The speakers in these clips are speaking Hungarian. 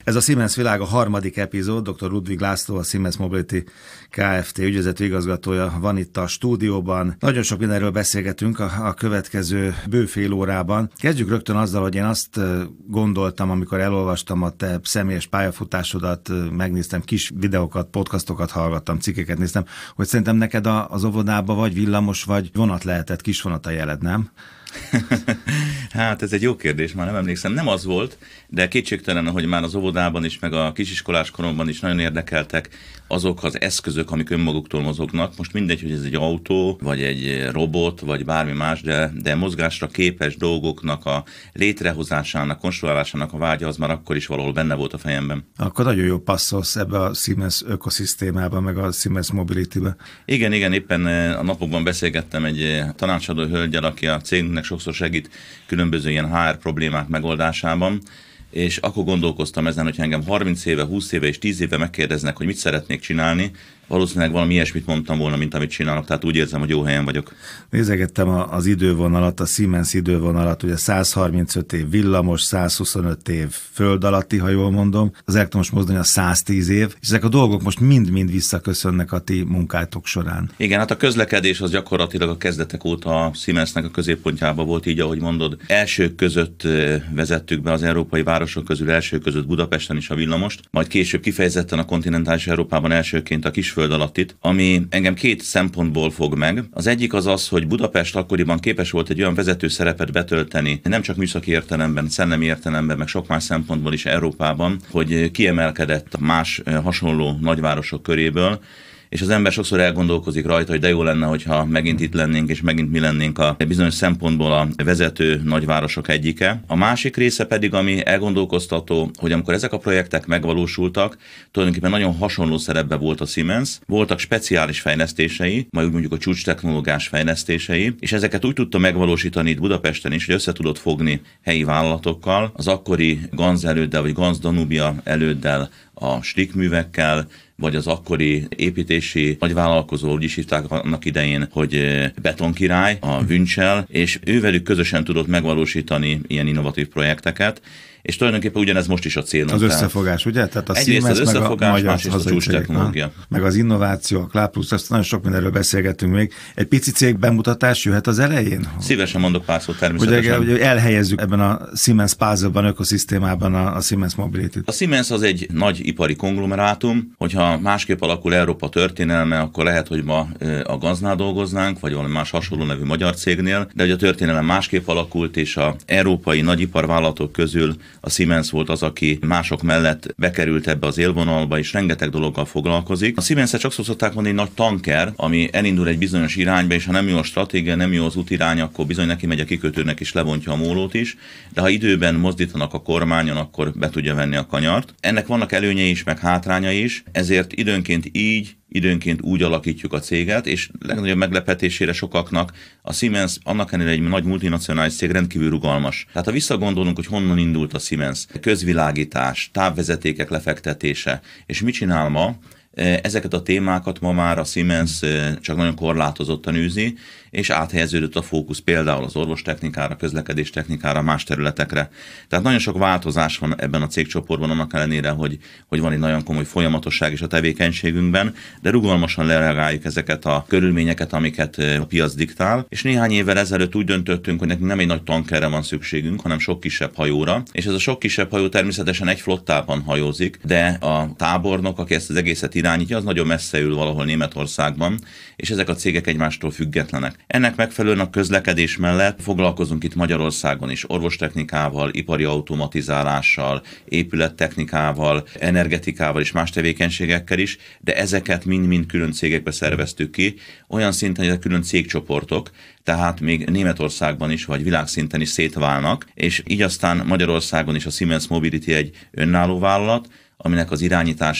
Ez a Siemens Világ a harmadik epizód. Dr. Ludwig László, a Siemens Mobility Kft. Ügyvezető igazgatója van itt a stúdióban. Nagyon sok mindenről beszélgetünk a következő bő fél órában. Kezdjük rögtön azzal, hogy én azt gondoltam, amikor elolvastam a te személyes pályafutásodat, megnéztem kis videókat, podcastokat hallgattam, cikkeket néztem, hogy szerintem neked az óvodába vagy villamos, vagy vonat lehetett, kisvonat a jeled, nem? Hát ez egy jó kérdés, már nem emlékszem. Nem az volt, de kétségtelen, hogy már az óvodában is, meg a kisiskolás koromban is nagyon érdekeltek azok az eszközök, amik önmaguktól mozognak. Most mindegy, hogy ez egy autó, vagy egy robot, vagy bármi más, de mozgásra képes dolgoknak a létrehozásának, konstruálásának a vágya az már akkor is valahol benne volt a fejemben. Akkor nagyon jó passzolsz ebbe a Siemens ökoszisztémába, meg a Siemens Mobility-be. Igen, éppen a napokban beszélgettem egy tanácsadó hölgyel, aki a cégnek sokszor segít különböző ilyen HR problémák megoldásában, és akkor gondolkoztam ezen, hogy engem 30 éve, 20 éve és 10 éve megkérdeznek, hogy mit szeretnék csinálni, valószínűleg valami ilyesmit mondtam volna, mint amit csinálok, tehát úgy érzem, hogy jó helyen vagyok. Nézegettem az idővonalat, a Siemens idővonalat, ugye 135 év villamos, 125 év föld alatti, ha jól mondom, az elektromos mozdony a 110 év, és ezek a dolgok most mind-mind visszaköszönnek a ti munkátok során. Igen, hát a közlekedés az gyakorlatilag a kezdetek óta a Siemensnek a középpontjában volt, így ahogy mondod. Elsők között vezettük be az európai városok közül, elsők között Budapesten is a villamost, majd később kifejezetten a kontinentális Európában elsőként a föld alattit, ami engem két szempontból fog meg. Az egyik az, hogy Budapest akkoriban képes volt egy olyan vezető szerepet betölteni, nem csak műszaki értelemben, szellemi értelemben, meg sok más szempontból is Európában, hogy kiemelkedett más hasonló nagyvárosok köréből, és az ember sokszor elgondolkozik rajta, hogy de jó lenne, hogyha megint itt lennénk, és megint mi lennénk a bizonyos szempontból a vezető nagyvárosok egyike. A másik része pedig, ami elgondolkoztató, hogy amikor ezek a projektek megvalósultak, tulajdonképpen nagyon hasonló szerepben volt a Siemens, voltak speciális fejlesztései, majd úgy mondjuk a csúcstechnológiás fejlesztései, és ezeket úgy tudta megvalósítani itt Budapesten is, hogy össze tudott fogni helyi vállalatokkal, az akkori Ganz előddel, vagy Ganz Danubia előddel, a stickművekkel, vagy az akkori építési nagyvállalkozó, úgy is hívták annak idején, hogy Betonkirály, a Wünschel, és ővelük közösen tudott megvalósítani ilyen innovatív projekteket, és tulajdonképpen ugyanez most is a célunk. Az összefogás, ugye? Tehát a Siemens, az összefogás, másrészt a csúcstechnológia. Meg az innováció, a Cloud Plus, azt nagyon sok mindenről beszélgetünk még. Egy pici cég bemutatás jöhet az elején? Szívesen mondok pár szót természetesen. Ugye elhelyezzük ebben a Siemens puzzle-ban, ökoszisztémában a Siemens Mobility-t. A Siemens az egy nagy ipari konglomerátum, hogyha másképp alakul Európa történelme, akkor lehet, hogy ma a Gaznál dolgoznánk, vagy valami más hasonló nevű magyar cégnél, de hogy a történelem másképp alakult, és az európai nagyiparvállalatok közül a Siemens volt az, aki mások mellett bekerült ebbe az élvonalba, és rengeteg dologgal foglalkozik. A Siemens-et sokszor szokták mondani, egy nagy tanker, ami elindul egy bizonyos irányba, és ha nem jó a stratégia, nem jó az útirány, akkor bizony neki megy a kikötőnek, és levontja a mólót is, de ha időben mozdítanak a kormányon, akkor be tudja venni a kanyart. Ennek vannak előnyei is, meg hátrányai is, ezért időnként így, időnként úgy alakítjuk a céget, és legnagyobb meglepetésére sokaknak a Siemens annak ellenére egy nagy multinacionális cég rendkívül rugalmas. Tehát ha visszagondolunk, hogy honnan indult a Siemens, közvilágítás, távvezetékek lefektetése, és mit csinál ma, ezeket a témákat ma már a Siemens csak nagyon korlátozottan űzi, és áthelyeződött a fókusz például az orvostechnikára, közlekedéstechnikára, más területekre. Tehát nagyon sok változás van ebben a cégcsoportban, annak ellenére, hogy van egy nagyon komoly folyamatosság is a tevékenységünkben, de rugalmasan lereagáljuk ezeket a körülményeket, amiket a piac diktál. És néhány évvel ezelőtt úgy döntöttünk, hogy nekünk nem egy nagy tankerre van szükségünk, hanem sok kisebb hajóra. És ez a sok kisebb hajó természetesen egy flottában hajózik, de a tábornok, aki ezt az egészet irányítja, az nagyon messze ül valahol Németországban, és ezek a cégek egymástól függetlenek. Ennek megfelelően a közlekedés mellett foglalkozunk itt Magyarországon is orvostechnikával, ipari automatizálással, épülettechnikával, energetikával és más tevékenységekkel is, de ezeket mind-mind külön cégekbe szerveztük ki, olyan szinten, hogy ezek külön cégcsoportok, tehát még Németországban is, vagy világszinten is szétválnak, és így aztán Magyarországon is a Siemens Mobility egy önálló vállalat, aminek az irányítását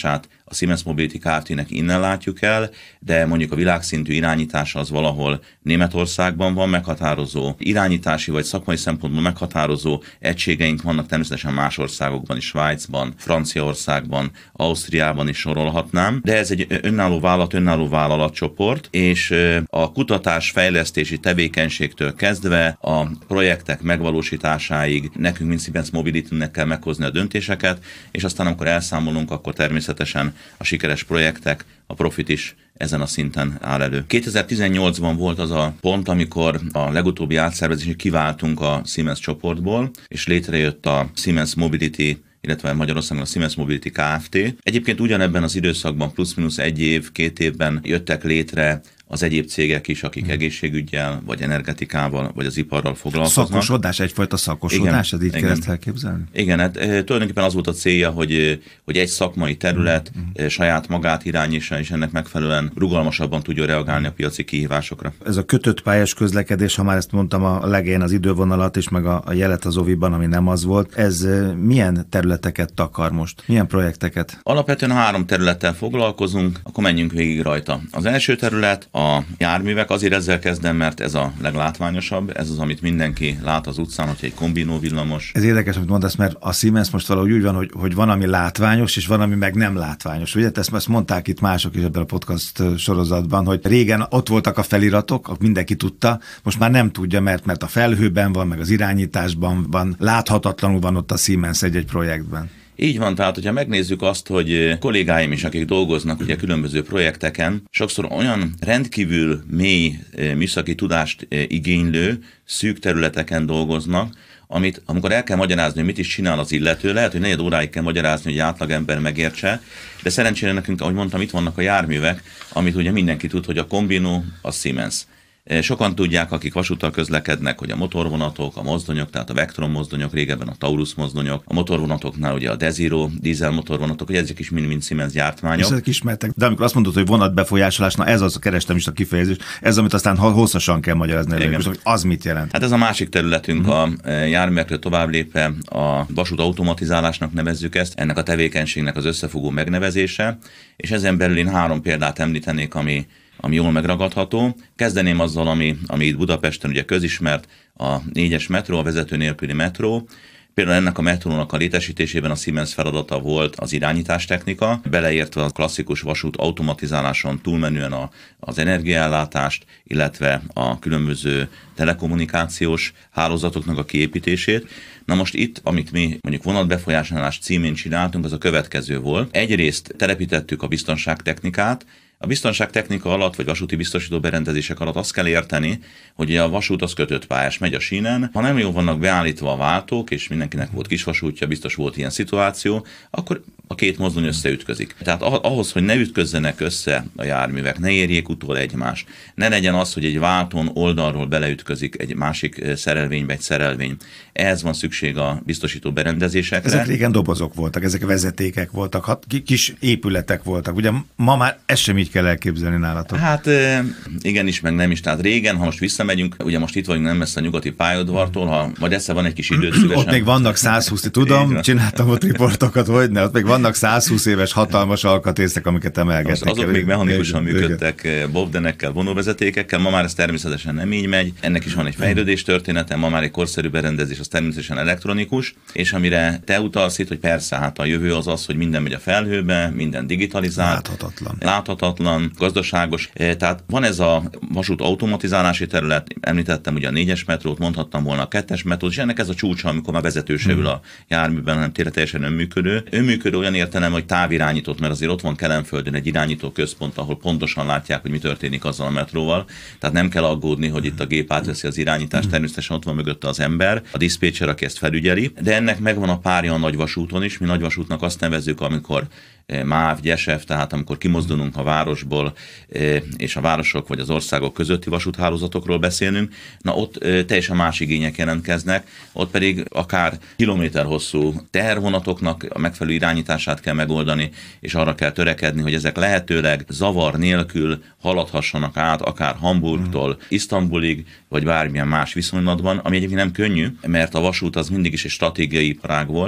a Siemens Mobility Kft-nek innen látjuk el, de mondjuk a világszintű irányítás az valahol Németországban van, meghatározó irányítási vagy szakmai szempontból meghatározó egységeink vannak természetesen más országokban is, Svájcban, Franciaországban, Ausztriában is sorolhatnám, de ez egy önálló vállalatcsoport, és a kutatás fejlesztési tevékenységtől kezdve a projektek megvalósításáig nekünk, mint Siemens Mobility-nek kell meghozni a döntéseket, és aztán amikor elszámolunk, akkor természetesen a sikeres projektek, a profit is ezen a szinten áll elő. 2018-ban volt az a pont, amikor a legutóbbi átszervezésig kiváltunk a Siemens csoportból, és létrejött a Siemens Mobility, illetve Magyarországon a Siemens Mobility Kft. Egyébként ugyanebben az időszakban plusz-minusz 1 év, 2 évben jöttek létre az egyéb cégek is, akik egészségügyivel, vagy energetikával, vagy az iparral foglalkoznak. Szakosodás, egyfajta szakosodás, ez így kell ezt elképzelni? Igen, hát tulajdonképpen az volt a célja, hogy egy szakmai terület saját magát irányítsa, és ennek megfelelően rugalmasabban tudja reagálni a piaci kihívásokra. Ez a kötött pályás közlekedés, ha már ezt mondtam a legén az idővonalat, és meg a jelet az OVI-ban, ami nem az volt, ez milyen területeket takar most? Milyen projekteket? Alapvetően 3 területtel foglalkozunk, akkor menjünk végig rajta. Az első terület a járművek, azért ezzel kezdem, mert ez a leglátványosabb, ez az, amit mindenki lát az utcán, hogy egy kombinó villamos. Ez érdekes, amit mondasz, mert a Siemens most valahogy úgy van, hogy van, ami látványos, és van, ami meg nem látványos. Ugye ezt mondták itt mások is ebben a podcast sorozatban, hogy régen ott voltak a feliratok, mindenki tudta, most már nem tudja, mert a felhőben van, meg az irányításban van, láthatatlanul van ott a Siemens egy projektben. Így van, tehát hogyha megnézzük azt, hogy kollégáim is, akik dolgoznak ugye különböző projekteken, sokszor olyan rendkívül mély műszaki tudást igénylő szűk területeken dolgoznak, amit amikor el kell magyarázni, hogy mit is csinál az illető, lehet, hogy 4 óráig kell magyarázni, hogy egy átlagember megértse, de szerencsére nekünk, ahogy mondtam, itt vannak a járművek, amit ugye mindenki tud, hogy a kombinó a Siemens. Sokan tudják, akik vasúttal közlekednek, hogy a motorvonatok, a mozdonyok, tehát a Vectron mozdonyok, régebben a Taurus mozdonyok, a motorvonatoknál ugye a Desiro, dízel motorvonatok, hogy ezek is mind Siemens gyártmányok. Ezek ismertek, de amikor azt mondod, hogy vonatbefolyásolás, na ez az, kerestem is a kifejezést, ez amit aztán hosszasan kell magyarázni, hogy az mit jelent. Hát ez a másik területünk, a járművekről tovább lépve a vasút automatizálásnak nevezzük ezt, ennek a tevékenységnek az összefogó megnevezése, és ezen belül én 3 példát említenék, ami jól megragadható. Kezdeném azzal, ami itt Budapesten ugye közismert, a 4-es metró, a vezető nélküli metró. Például ennek a metrónak a létesítésében a Siemens feladata volt az irányítástechnika, beleértve a klasszikus vasút automatizáláson túlmenően az energiaellátást, illetve a különböző telekommunikációs hálózatoknak a kiépítését. Na most itt, amit mi mondjuk vonatbefolyásolás címén csináltunk, az a következő volt. Egyrészt telepítettük a biztonságtechnikát. A biztonságtechnika alatt, vagy vasúti biztosító berendezések alatt azt kell érteni, hogy a vasút az kötött pályás, megy a sínen. Ha nem jól vannak beállítva a váltók, és mindenkinek volt kisvasútja, biztos volt ilyen szituáció, akkor a 2 mozdony összeütközik. Tehát ahhoz, hogy ne ütközzenek össze a járművek, ne érjék utol egymást, ne legyen az, hogy egy váltón oldalról beleütközik egy másik szerelvénybe egy szerelvény. Ehhez van szükség a biztosító berendezésekre. Ezek régen dobozok voltak, ezek vezetékek voltak, kis épületek voltak. Ugye ma már ezt sem így kell elképzelni nálatok. Hát igenis, meg nem is. Tehát régen, ha most visszamegyünk, ugye most itt vagyunk nem messze a nyugati pályaudvartól, ha majd esze van egy kis időt szívesen. Ott még vannak 120, tudom, csináltam ott riportokat, hogy ne, ott még vannak 120 éves hatalmas alkatrészek, amiket emelgetnek. Azok még mechanikusan működtek bobdenekkel, vonóvezetékekkel, ma már ez természetesen nem így megy. Ennek is van egy fejlődés története, ma már egy korszerű berendezés, az természetesen elektronikus, és amire te utalsz itt, hogy persze, hát a jövő az, hogy minden megy a felhőbe, minden digitalizált, láthatatlan, gazdaságos. Tehát van ez a vasút automatizálási terület, említettem ugye a 4-es metrót, mondhattam volna a 2-es metrót, és ennek ez a csúcsa, amikor már vezető se ül a járműben, hanem tényleg teljesen önműködő. Önműködő olyan értelem, hogy távirányított, mert azért ott van Kelenföldön egy irányító központ, ahol pontosan látják, hogy mi történik azzal a metróval. Tehát nem kell aggódni, hogy itt a gép átveszi az irányítást, természetesen ott van mögötte az ember, a diszpécser, aki ezt felügyeli, de ennek megvan a párja a nagyvasúton is. Mi nagyvasútnak azt nevezzük, amikor MÁV, GYESEV, tehát amikor kimozdulunk a városból, és a városok vagy az országok közötti vasúthálózatokról beszélünk, na ott teljesen más igények jelentkeznek, ott pedig akár kilométer hosszú tehervonatoknak a megfelelő irányítását kell megoldani, és arra kell törekedni, hogy ezek lehetőleg zavar nélkül haladhassanak át akár Hamburgtól Isztambulig, vagy bármilyen más viszonylatban, ami egyébként nem könnyű, mert a vasút az mindig is egy stratégiai iparág volt.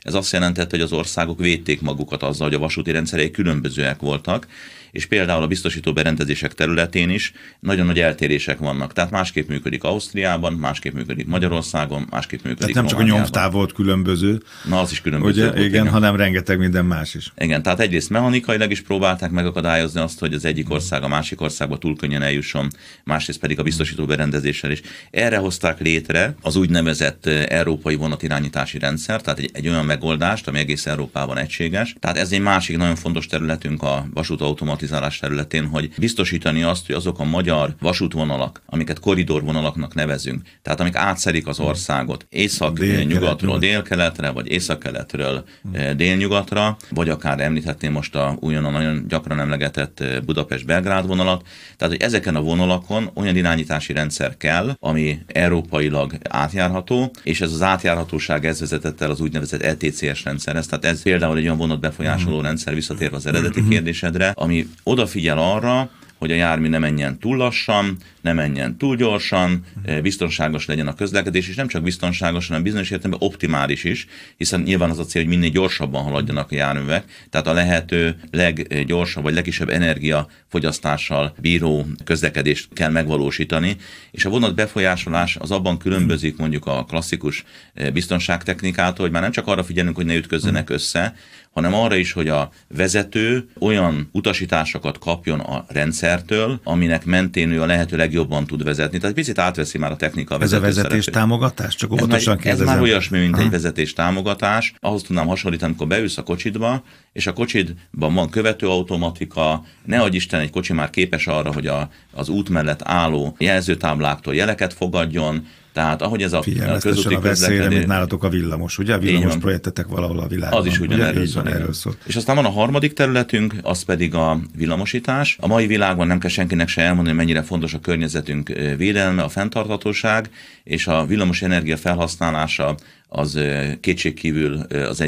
Ez azt jelentette, hogy az országok védték magukat azzal, hogy a vasúti rendszerei különbözőek voltak, és például a biztosító berendezések területén is nagyon nagy eltérések vannak. Tehát másképp működik Ausztriában, másképp működik Magyarországon, másképp működik Tehát nem csak a nyomtáv volt különböző. Na, az is különböző ugye, volt, igen, hanem rengeteg minden más is. Igen, tehát egyrészt mechanikailag is próbálták megakadályozni azt, hogy az egyik ország a másik országba túl könnyen eljusson, másrészt pedig a biztosító berendezéssel is. Erre hozták létre az úgynevezett európai vonatirányítási rendszer, tehát egy olyan megoldást, ami egész Európában egységes. Tehát ez egy másik nagyon fontos területünk a vasútautomatizálás területén, hogy biztosítani azt, hogy azok a magyar vasútvonalak, amiket koridorvonalaknak nevezünk, tehát amik átszelik az országot észak-nyugatról délkeletre, vagy északkeletről délnyugatra, vagy akár említhetném most a újonnan nagyon gyakran emlegetett Budapest-Belgrád vonalat, tehát hogy ezeken a vonalakon olyan irányítási rendszer kell, ami európailag átjárható, és ez az átjárhatóság ez vezetett el az úgynevezett ETCS rendszerhez. Tehát ez például egy olyan vonat befolyásoló rendszer, visszatérve az eredeti kérdésedre, ami odafigyel arra, hogy a jármű ne menjen túl lassan, ne menjen túl gyorsan, biztonságos legyen a közlekedés, és nem csak biztonságos, hanem bizonyos értelemben optimális is, hiszen nyilván az a cél, hogy minél gyorsabban haladjanak a járművek, tehát a lehető leggyorsabb vagy legkisebb energiafogyasztással bíró közlekedést kell megvalósítani, és a vonat befolyásolás az abban különbözik mondjuk a klasszikus biztonságtechnikától, hogy már nem csak arra figyelünk, hogy ne ütközzenek össze, hanem arra is, hogy a vezető olyan utasításokat kapjon a rendszertől, aminek mentén ő a lehető legjobban tud vezetni. Tehát picit átveszi már a technika a vezető Ez a vezetés támogatás? Csak óvatosan kérdezem. Ez már olyasmi, mint egy vezetés támogatás. Ahhoz tudnám hasonlítani, amikor beülsz a kocsidba, és a kocsidban van követőautomatika, ne adj Isten, egy kocsi már képes arra, hogy az út mellett álló jelzőtábláktól jeleket fogadjon. Tehát ahogy ez a közúti a veszélyre, mint nálatok a villamos, ugye? A villamos projektetek valahol a világban. Az is ugyanerről szól. És aztán van a harmadik területünk, az pedig a villamosítás. A mai világban nem kell senkinek se elmondani, mennyire fontos a környezetünk védelme, a fenntarthatóság, és a villamos energia felhasználása az kétségkívül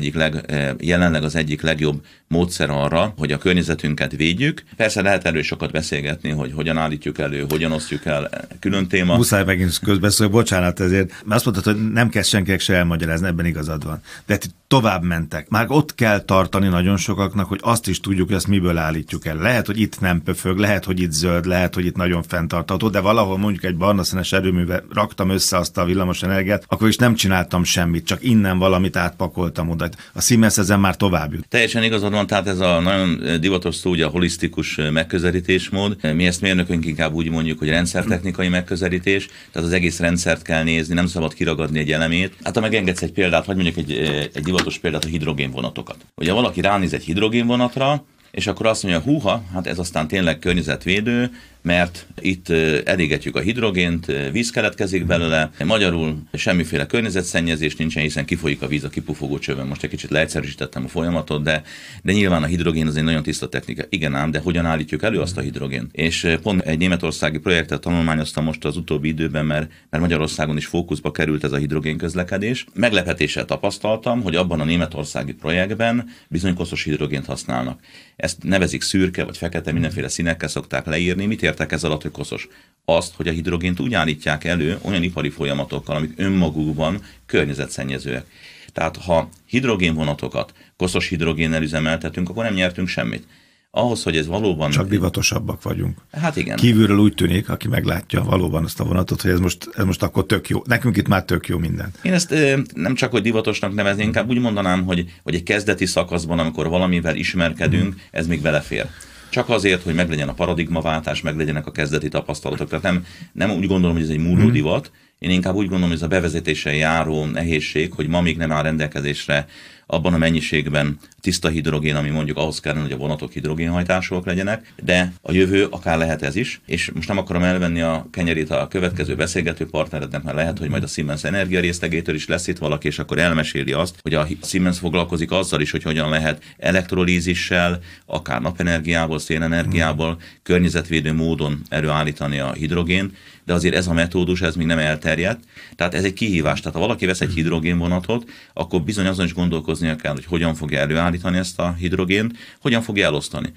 jelenleg az egyik legjobb módszer arra, hogy a környezetünket védjük. Persze lehet erről sokat beszélgetni, hogy hogyan állítjuk elő, hogyan osztjuk el, külön téma. Muszáj megint közbeszólni, bocsánat ezért, mert azt mondtad, hogy nem kell senkinek se elmagyarázni, ebben igazad van. De tovább mentek. Már ott kell tartani nagyon sokaknak, hogy azt is tudjuk, hogy ezt miből állítjuk el. Lehet, hogy itt nem pöfög, lehet, hogy itt zöld, lehet, hogy itt nagyon fenntartható, de valahol mondjuk egy barnaszínes erőművel raktam össze azt a villamos energiát, akkor is nem csináltam semmit, csak innen valamit átpakoltam oda. A Siemens ezen már tovább jut. Teljesen igazad van, tehát ez a nagyon divatos szó, ugye a holisztikus megközelítésmód. Mi ezt mérnökünk inkább úgy mondjuk, hogy rendszertechnikai megközelítés, tehát az egész rendszert kell nézni, nem szabad kiragadni egy elemét. Hát ha megengedsz egy példát, hogy mondjuk egy divatos példát, a hidrogénvonatokat. Ugye valaki ránéz egy hidrogénvonatra, és akkor azt mondja, húha, hát ez aztán tényleg környezetvédő, mert itt elégetjük a hidrogént, víz keletkezik belőle, magyarul semmiféle környezetszennyezés nincsen, hiszen kifolyik a víz a kipufogó csövön. Most egy kicsit leegyszerűsítettem a folyamatot, de nyilván a hidrogén az egy nagyon tiszta technika. Igen ám, de hogyan állítjuk elő azt a hidrogént? És pont egy németországi projektet tanulmányoztam most az utóbbi időben, mert Magyarországon is fókuszba került ez a hidrogén közlekedés. Meglepetéssel tapasztaltam, hogy abban a németországi projektben bizony koszos hidrogént használnak. Ezt nevezik szürke vagy fekete, mindenféle színekkel szokták leírni. Mit értek ez alatt, hogy koszos? Azt, hogy a hidrogént úgy állítják elő olyan ipari folyamatokkal, amik önmagukban környezetszennyezőek. Tehát ha hidrogénvonatokat koszos hidrogénnel üzemeltetünk, akkor nem nyertünk semmit. Ahhoz, hogy ez valóban... Csak divatosabbak vagyunk. Hát igen. Kívülről úgy tűnik, aki meglátja valóban azt a vonatot, hogy ez most akkor tök jó. Nekünk itt már tök jó minden. Én ezt nem csak, hogy divatosnak nevezni, inkább úgy mondanám, hogy egy kezdeti szakaszban, amikor valamivel ismerkedünk, ez még belefér. Csak azért, hogy meglegyen a paradigmaváltás, meglegyenek a kezdeti tapasztalatok. Tehát nem úgy gondolom, hogy ez egy múló divat. Én inkább úgy gondolom, hogy ez a bevezetéssel járó nehézség, hogy ma még nem áll rendelkezésre abban a mennyiségben tiszta hidrogén, ami mondjuk ahhoz kellene, hogy a vonatok hidrogénhajtásúak legyenek, de a jövő akár lehet ez is, és most nem akarom elvenni a kenyerét a következő beszélgető partnerednek, mert lehet, hogy majd a Siemens Energia részlegétől is lesz itt valaki, és akkor elmeséli azt, hogy a Siemens foglalkozik azzal is, hogy hogyan lehet elektrolízissel, akár napenergiából, szélenergiából, környezetvédő módon előállítani a hidrogént, de azért ez a metódus, ez még nem elterjedt. Tehát ez egy kihívás. Tehát ha valaki vesz egy hidrogénvonatot, akkor bizony azon is gondolkoznia kell, hogy hogyan fogja előállítani ezt a hidrogént, hogyan fogja elosztani.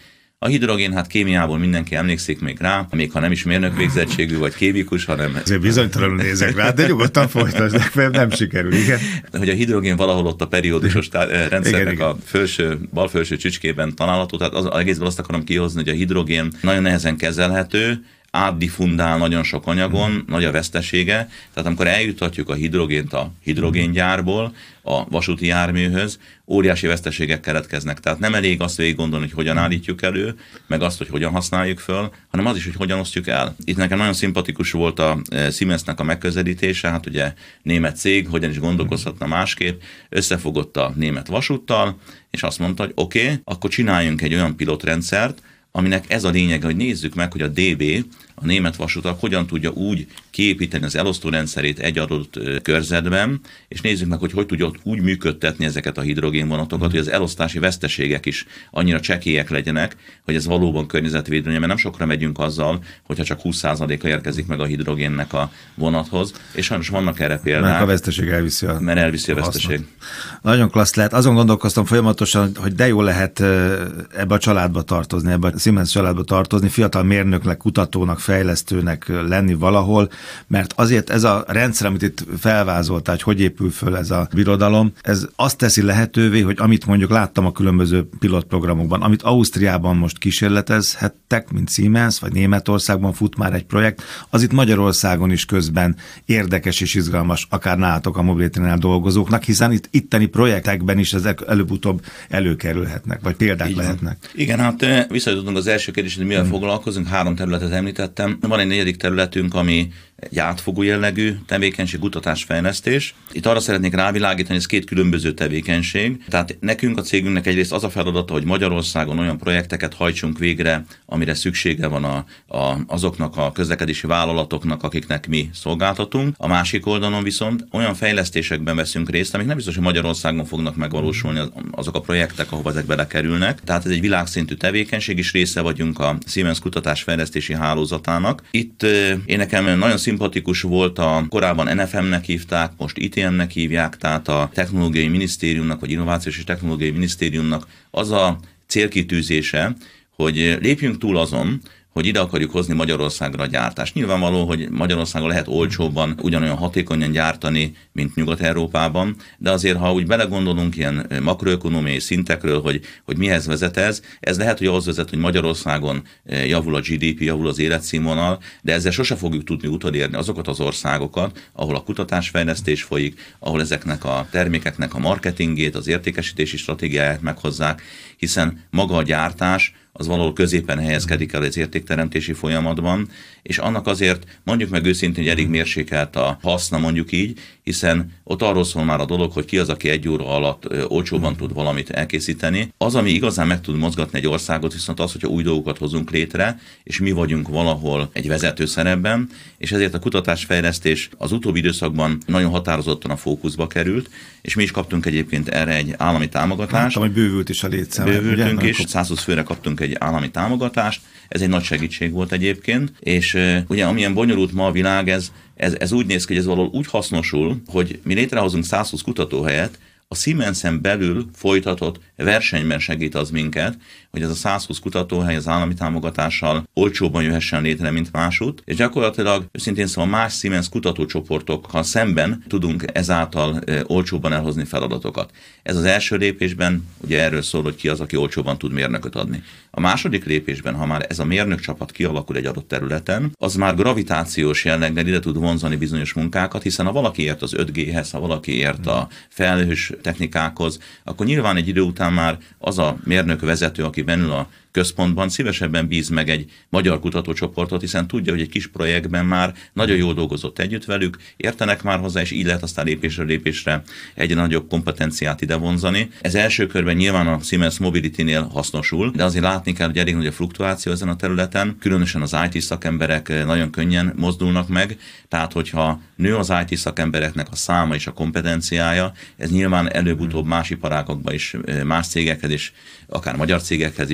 A hidrogén, hát kémiából mindenki emlékszik még rá, még ha nem is mérnök végzettségű vagy kémikus, hanem... Ezért bizonytalanul nézek rá, de nyugodtan folytasd, nem sikerül, igen. Hogy a hidrogén valahol ott a periódusos rendszernek igen. A bal felső csücskében található, tehát az egészből azt akarom kihozni, hogy a hidrogén nagyon nehezen kezelhető, átdifundál nagyon sok anyagon, nagy a vesztesége, tehát amikor eljutatjuk a hidrogént a hidrogéngyárból a vasúti járműhöz, óriási veszteségek keletkeznek. Tehát nem elég azt végig gondolni, hogy hogyan állítjuk elő, meg azt, hogy hogyan használjuk föl, hanem az is, hogy hogyan osztjuk el. Itt nekem nagyon szimpatikus volt a Siemensnek a megközelítése, hát ugye német cég, hogyan is gondolkozhatna másképp, összefogott a német vasúttal, és azt mondta, hogy oké, akkor csináljunk egy olyan pilotrendszert, aminek ez a lényege, hogy nézzük meg, hogy a DB, a német vasutak hogyan tudja úgy kiépíteni az elosztórendszerét egy adott körzetben, és nézzük meg, hogy tudja úgy működtetni ezeket a hidrogénvonatokat, hogy az elosztási veszteségek is annyira csekélyek legyenek, hogy ez valóban környezetvédő, mert nem sokra megyünk azzal, hogyha csak 20%-a érkezik meg a hidrogénnek a vonathoz, és sajnos vannak erre példák. Mert a veszteség elviszi a veszteség. Nagyon klassz lehet. Azon gondolkoztam folyamatosan, hogy de jó lehet ebbe a családba tartozni, ebbe a Siemens családba tartozni, fiatal mérnöknek, kutatónak, fejlesztőnek lenni valahol, mert azért ez a rendszer, amit itt felvázoltál, hogy épül föl ez a birodalom, ez azt teszi lehetővé, hogy amit mondjuk láttam a különböző pilotprogramokban, amit Ausztriában most kísérletezhettek, mint Siemens, vagy Németországban fut már egy projekt, az itt Magyarországon is közben érdekes és izgalmas, akár nálatok a Mobility-nál dolgozóknak, hiszen itt itteni projektekben is ezek előbb-utóbb előkerülhetnek, vagy példák így lehetnek. Igen, hát visszatudunk az első kérdésre, hogy mivel foglalkozunk, 3 területet említettem. Van egy 4. területünk, ami egy átfogó jellegű tevékenység, kutatásfejlesztés. Itt arra szeretnék rávilágítani, ez 2 különböző tevékenység. Tehát nekünk, a cégünknek egyrészt az a feladata, hogy Magyarországon olyan projekteket hajtsunk végre, amire szüksége van azoknak a közlekedési vállalatoknak, akiknek mi szolgáltatunk. A másik oldalon viszont olyan fejlesztésekben veszünk részt, amik nem biztos, hogy Magyarországon fognak megvalósulni azok a projektek, ahova ezek belekerülnek. Tehát ez egy világszintű tevékenység, és része vagyunk a Siemens kutatásfejlesztési hálózatának. Itt én nekem nagyon szimpatikus volt, korábban NFM-nek hívták, most ITM-nek hívják, tehát a Technológiai Minisztériumnak, vagy Innovációs és Technológiai Minisztériumnak az a célkitűzése, hogy lépjünk túl azon, hogy ide akarjuk hozni Magyarországra a gyártást. Nyilvánvaló, hogy Magyarországon lehet olcsóbban, ugyanolyan hatékonyan gyártani, mint Nyugat-Európában, de azért, ha úgy belegondolunk ilyen makroökonómiai szintekről, hogy mihez vezet ez lehet, hogy ahhoz vezet, hogy Magyarországon javul a GDP, javul az életszínvonal, de ezzel sose fogjuk tudni utolérni azokat az országokat, ahol a kutatásfejlesztés folyik, ahol ezeknek a termékeknek a marketingét, az értékesítési stratégiáját meghozzák, hiszen maga a gyártás az valahol középen helyezkedik el az értékteremtési folyamatban, és annak azért mondjuk meg őszintén, hogy elég mérsékelt a haszna, mondjuk így, hiszen ott arról szól már a dolog, hogy ki az, aki 1 óra alatt olcsóban tud valamit elkészíteni. Az, ami igazán meg tud mozgatni egy országot, viszont az, hogyha új dolgokat hozunk létre, és mi vagyunk valahol egy vezető szerepben, és ezért a kutatásfejlesztés az utóbbi időszakban nagyon határozottan a fókuszba került, és mi is kaptunk egyébként erre egy állami támogatást. Láttam, hogy bővült is a létszám. Bővültünk is, 120 főre kaptunk egy állami támogatást, ez egy nagy segítség volt egyébként, és ugye amilyen bonyolult ma a világ, ez úgy néz ki, hogy ez valahol úgy hasznosul, hogy mi létrehozunk 120 kutatóhelyet, a Siemensen belül folytatott versenyben segít az minket, hogy ez a 120 kutatóhely az állami támogatással olcsóban jöhessen létre, mint másút, és gyakorlatilag őszintén szóval más Siemens kutatócsoportokkal szemben tudunk ezáltal olcsóban elhozni feladatokat. Ez az első lépésben ugye erről szól, hogy ki az, aki olcsóban tud mérnököt adni. A második lépésben, ha már ez a mérnökcsapat kialakul egy adott területen, az már gravitációs jelleggel ide tud vonzani bizonyos munkákat, hiszen ha valaki ért az 5G-hez, ha valaki ért a felhős technikákhoz, akkor nyilván egy idő után már az a mérnök vezető, aki bennül a központban szívesebben bíz meg egy magyar kutatócsoportot, hiszen tudja, hogy egy kis projektben már nagyon jól dolgozott együtt velük, értenek már hozzá, és így lehet aztán lépésről lépésre egy nagyobb kompetenciát ide vonzani. Ez első körben nyilván a Siemens Mobility-nél hasznosul, de azért látni kell, hogy elég nagy a fluktuáció ezen a területen, különösen az IT szakemberek nagyon könnyen mozdulnak meg, tehát hogyha nő az IT szakembereknek a száma és a kompetenciája, ez nyilván előbb-utóbb más iparágakban is, más cégekhez is, akár magyar cégekhez is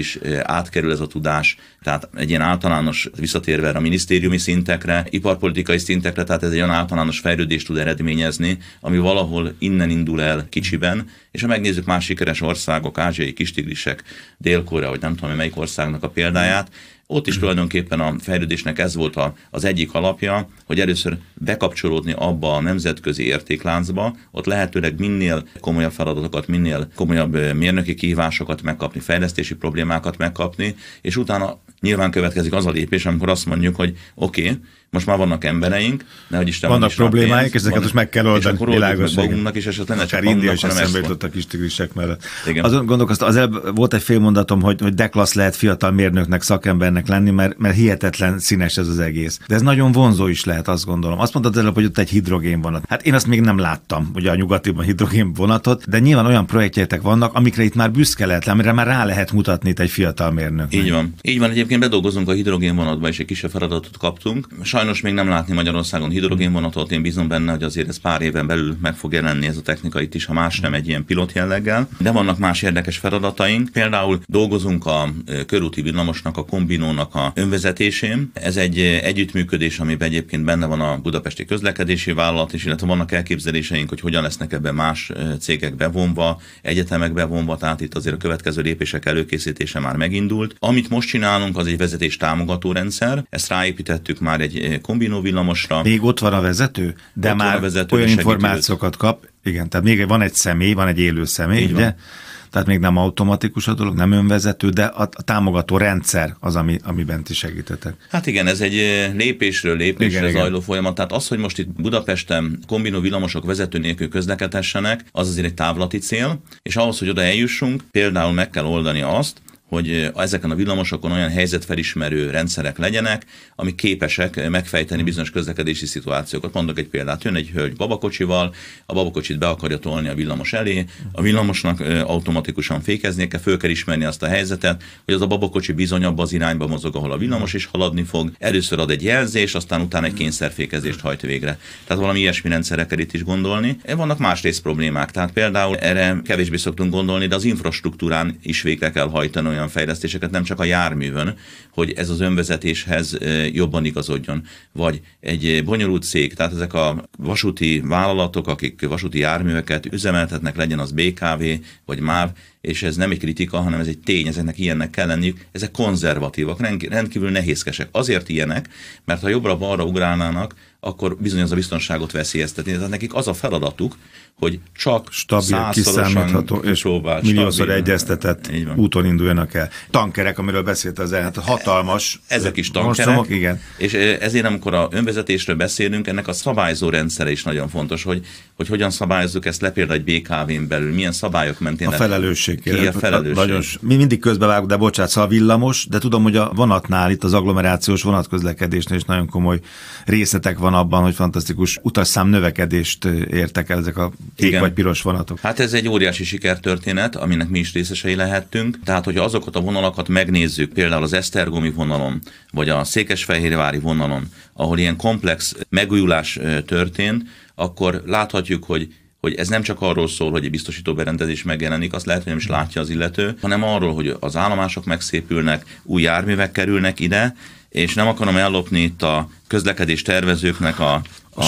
átkerül ez a tudás, tehát egy ilyen általános, visszatérve a minisztériumi szintekre, iparpolitikai szintekre, tehát ez egy olyan általános fejlődést tud eredményezni, ami valahol innen indul el kicsiben, és ha megnézzük más sikeres országok, ázsiai kistigrisek, Dél-Korea, vagy nem tudom, melyik országnak a példáját, ott is tulajdonképpen a fejlődésnek ez volt az egyik alapja, hogy először bekapcsolódni abba a nemzetközi értékláncba, ott lehetőleg minél komolyabb feladatokat, minél komolyabb mérnöki kihívásokat megkapni, fejlesztési problémákat megkapni, és utána nyilván következik az a lépés, amikor azt mondjuk, hogy oké, most már vannak embereink, nehogy Isten vannak problémáik, és ezeket most meg kell oldani. És akkor oldjuk meg magunknak, és esetleg ne csak India is eszembe jutott a kis tigrisek mellett. Azon gondolkoztam, az előbb volt egy fél mondatom, hogy de klassz lehet fiatal mérnöknek, szakembernek lenni, mert hihetetlen színes ez az egész. De ez nagyon vonzó is lehet, azt gondolom. Azt mondtad előbb, hogy ott egy hidrogénvonat. Hát én azt még nem láttam, ugye a nyugatiban hidrogénvonatot, de nyilván olyan projektjeitek vannak, amikre itt már büszke lehet, amire már rá lehet mutatni itt egy fiatal mérnök. Így van. Így van, egyébként bedolgozunk a hidrogénvonatba, és egy kisebb feladatot kaptunk. Sajnos még nem látni Magyarországon hidrogénvonatot, én bízom benne, hogy azért ez pár éven belül meg fog jelenni ez a technika itt is, ha más nem egy ilyen pilot jelleggel. De vannak más érdekes feladataink. Például dolgozunk a körúti villamosnak, a kombinónak a önvezetésén. Ez egy együttműködés, amiben egyébként benne van a Budapesti Közlekedési Vállalat is, illetve vannak elképzeléseink, hogy hogyan lesznek ebben más cégek bevonva, egyetemek bevonva, tehát itt azért a következő lépések előkészítése már megindult. Amit most csinálunk, az egy vezetés támogató rendszer. Ezt ráépítettük már egy kombinó villamosra. Még ott van a vezető, de már olyan információkat kap. Igen, tehát még van egy személy, van egy élő személy, ugye? Tehát még nem automatikus a dolog, nem önvezető, de a támogató rendszer az, amiben ti segítetek. Hát igen, ez egy lépésről lépésre zajló folyamat. Tehát az, hogy most itt Budapesten kombinó villamosok vezető nélkül közlekedhessenek, az azért egy távlati cél, és ahhoz, hogy oda eljussunk, például meg kell oldani azt, hogy ezeken a villamosokon olyan helyzetfelismerő rendszerek legyenek, amik képesek megfejteni bizonyos közlekedési szituációkat. Mondok egy példát, jön egy hölgy babakocsival, a babakocsit be akarja tolni a villamos elé, a villamosnak automatikusan fékeznie kell, föl kell ismerni azt a helyzetet, hogy az a babakocsi bizony abba az irányba mozog, ahol a villamos is haladni fog, először ad egy jelzést, aztán utána egy kényszerfékezést hajt végre. Tehát valami ilyesmi rendszerre kell itt is gondolni. Vannak más rész problémák, tehát például erre kevésbé szoktunk gondolni, de az infrastruktúrán is végre kell hajtani olyan fejlesztéseket, nem csak a járművön, hogy ez az önvezetéshez jobban igazodjon. Vagy egy bonyolult cég, tehát ezek a vasúti vállalatok, akik vasúti járműveket üzemeltetnek, legyen az BKV vagy MÁV, és ez nem egy kritika, hanem ez egy tény, ezeknek ilyennek kell lenniük, ezek konzervatívak, rendkívül nehézkesek. Azért ilyenek, mert ha jobbra-balra ugrálnának, akkor bizony az a biztonságot veszélyeztetni. Tehát nekik az a feladatuk, hogy csak stabil, kiszámítható és milliószor egyeztetett úton induljanak el. Tankerek, amiről beszélt az hát hatalmas. Ezek is tankerek. Igen. És ezért, amikor a önvezetésről beszélünk, ennek a szabályzó rendszere is nagyon fontos, hogy hogyan szabályozzuk ezt le például egy BKV-n belül, milyen szabályok mentén. A felelősség. Mi mindig közbevágunk, de bocsánat, szóval villamos, de tudom, hogy a vonatnál, itt az agglomerációs vonatközlekedésnél is nagyon komoly részletek van abban, hogy fantasztikus utasszám növekedést értek el ezek a kék vagy piros vonatok. Hát ez egy óriási sikertörténet, aminek mi is részesei lehettünk. Tehát, hogyha azokat a vonalakat megnézzük, például az esztergomi vonalon, vagy a székesfehérvári vonalon, ahol ilyen komplex megújulás történt, akkor láthatjuk, hogy ez nem csak arról szól, hogy egy biztosító berendezés megjelenik, azt lehet, hogy nem is látja az illető, hanem arról, hogy az állomások megszépülnek, új járművek kerülnek ide, és nem akarom ellopni itt a közlekedés tervezőknek a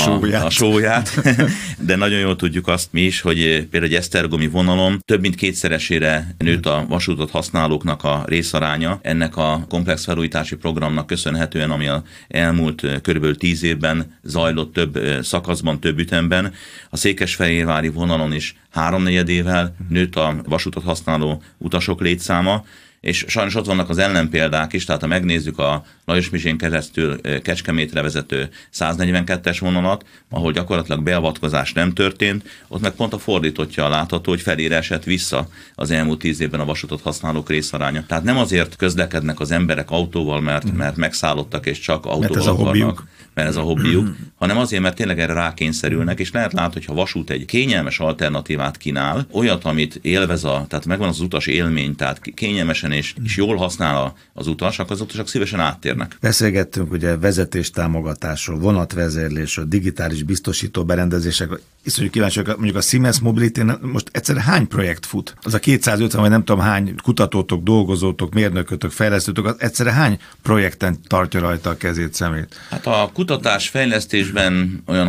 sóját, de nagyon jól tudjuk azt mi is, hogy például egy esztergomi vonalon több mint kétszeresére nőtt a vasútot használóknak a részaránya ennek a komplex felújítási programnak köszönhetően, ami az elmúlt körülbelül 10 évben zajlott több szakaszban, több ütemben. A székesfehérvári vonalon is 3/4 nőtt a vasútot használó utasok létszáma, és sajnos ott vannak az ellenpéldák is, tehát ha megnézzük a Lajos Mizsén keresztül Kecskemétre vezető 142-es vonalat, ahol gyakorlatilag beavatkozás nem történt, ott meg pont a fordítottja látható, hogy felére esett vissza az elmúlt 10 évben a vasútot használók részaránya. Tehát nem azért közlekednek az emberek autóval, mert megszállottak és csak autóval akarnak, mert ez a hobbiuk, hanem azért, mert tényleg erre rákényszerülnek, és lehet látni, hogy ha vasút egy kényelmes alternatívát kínál, olyat, amit élvez tehát megvan az utas élmény, tehát kényelmesen és jól használ az utas, akkor az utasok szívesen áttérnek. Beszélgettünk ugye vezetéstámogatásról, vonatvezérlésről, digitális biztosító berendezések. Iszonyú kíváncsiak, mondjuk a Siemens Mobility-n most egyszerűen hány projekt fut? Az a 250, vagy nem tudom hány kutatótok, dolgozótok, mérnökötök, fejlesztőtök, az egyszerűen hány projekten tartja rajta a kezét, szemét? Hát a kutatásfejlesztésben olyan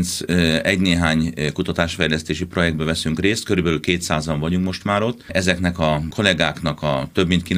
31 néhány kutatásfejlesztési projektbe veszünk részt, körülbelül 200-an vagyunk most már ott. Ezeknek a kollégáknak a több mint